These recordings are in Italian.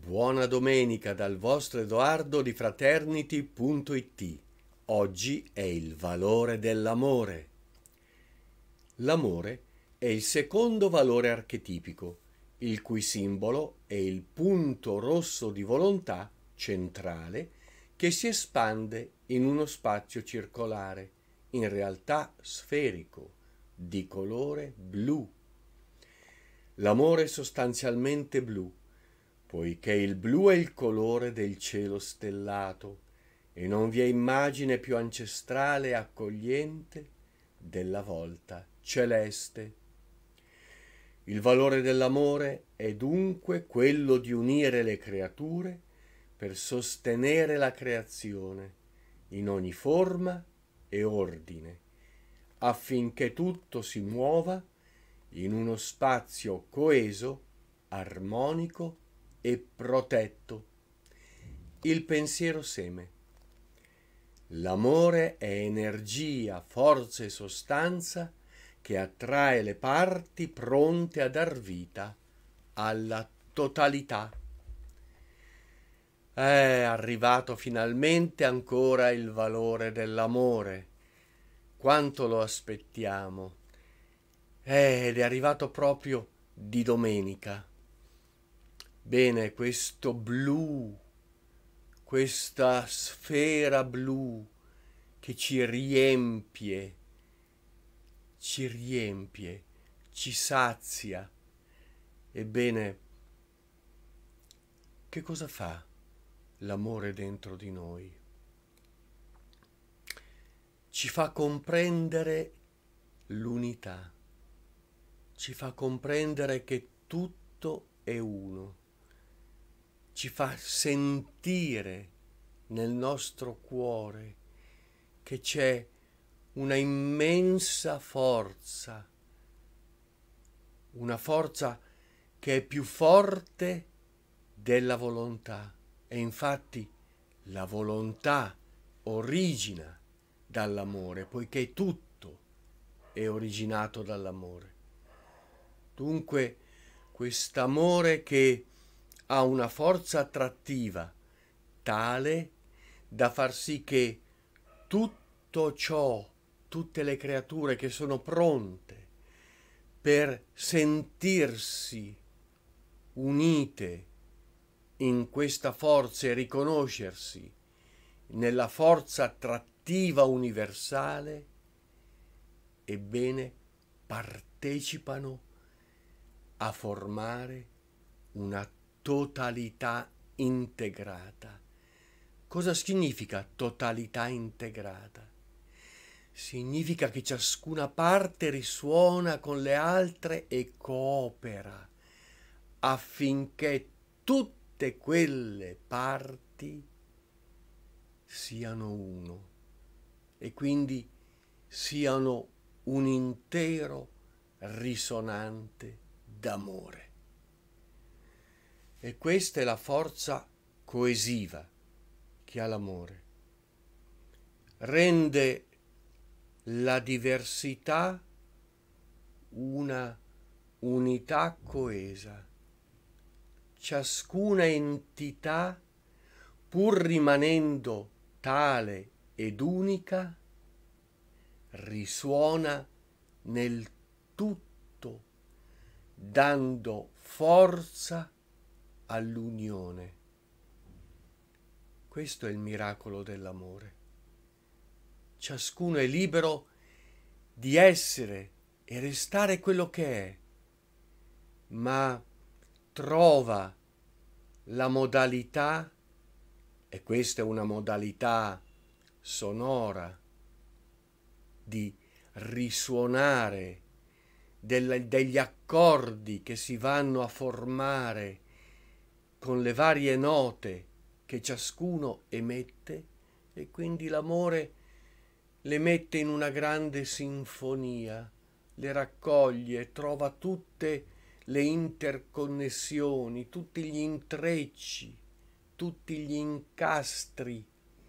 Buona domenica dal vostro Edoardo di Fraternity.it. Oggi è il valore dell'amore. L'amore è il secondo valore archetipico, il cui simbolo è il punto rosso di volontà centrale che si espande in uno spazio circolare, in realtà sferico, di colore blu. L'amore è sostanzialmente blu, poiché il blu è il colore del cielo stellato e non vi è immagine più ancestrale e accogliente della volta celeste. Il valore dell'amore è dunque quello di unire le creature per sostenere la creazione in ogni forma e ordine, affinché tutto si muova in uno spazio coeso, armonico e protetto. Il pensiero seme. L'amore è energia, forza e sostanza che attrae le parti pronte a dar vita alla totalità. È arrivato finalmente ancora il valore dell'amore. Quanto lo aspettiamo. Ed è arrivato proprio di domenica. Bene, questo blu, questa sfera blu che ci riempie, ci sazia. Ebbene, che cosa fa l'amore dentro di noi? Ci fa comprendere l'unità, ci fa comprendere che tutto è uno. Ci fa sentire nel nostro cuore che c'è una immensa forza, una forza che è più forte della volontà. E infatti la volontà origina dall'amore, poiché tutto è originato dall'amore. Dunque, quest'amore che ha una forza attrattiva tale da far sì che tutto ciò, tutte le creature che sono pronte per sentirsi unite in questa forza e riconoscersi nella forza attrattiva universale, ebbene partecipano a formare una totalità integrata. Cosa significa totalità integrata? Significa che ciascuna parte risuona con le altre e coopera affinché tutte quelle parti siano uno e quindi siano un intero risonante d'amore. E questa è la forza coesiva che ha l'amore. Rende la diversità una unità coesa. Ciascuna entità, pur rimanendo tale ed unica, risuona nel tutto, dando forza all'unione. Questo è il miracolo dell'amore. Ciascuno è libero di essere e restare quello che è, ma trova la modalità, e questa è una modalità sonora, di risuonare degli accordi che si vanno a formare con le varie note che ciascuno emette, e quindi l'amore le mette in una grande sinfonia, le raccoglie, trova tutte le interconnessioni, tutti gli intrecci, tutti gli incastri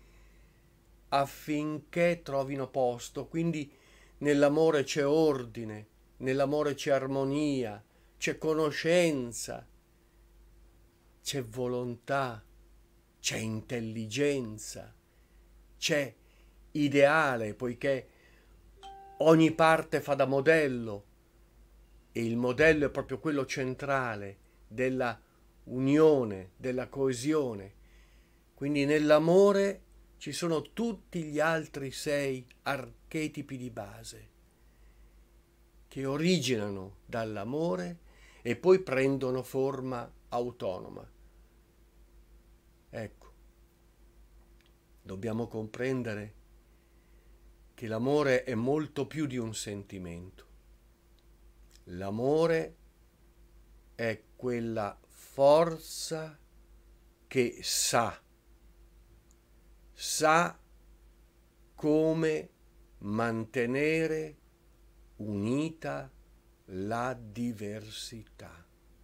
affinché trovino posto. Quindi nell'amore c'è ordine, nell'amore c'è armonia, c'è conoscenza, c'è volontà, c'è intelligenza, c'è ideale, poiché ogni parte fa da modello e il modello è proprio quello centrale della unione, della coesione. Quindi nell'amore ci sono tutti gli altri 6 archetipi di base che originano dall'amore e poi prendono forma autonoma. Ecco, dobbiamo comprendere che l'amore è molto più di un sentimento. L'amore è quella forza che sa come mantenere unita la diversità.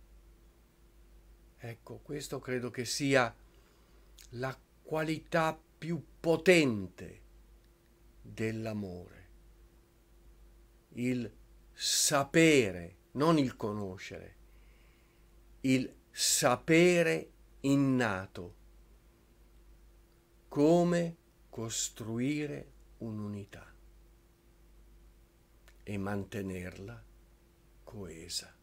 Ecco, questo credo che sia la qualità più potente dell'amore. Il sapere, non il conoscere, il sapere innato come costruire un'unità e mantenerla coesa.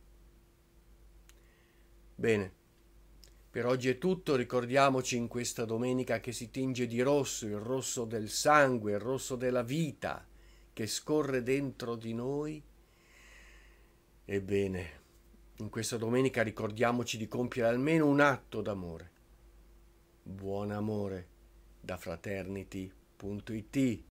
Bene, per oggi è tutto. Ricordiamoci in questa domenica che si tinge di rosso, il rosso del sangue, il rosso della vita che scorre dentro di noi. Ebbene, in questa domenica ricordiamoci di compiere almeno un atto d'amore. Buon amore da Fraternity.it.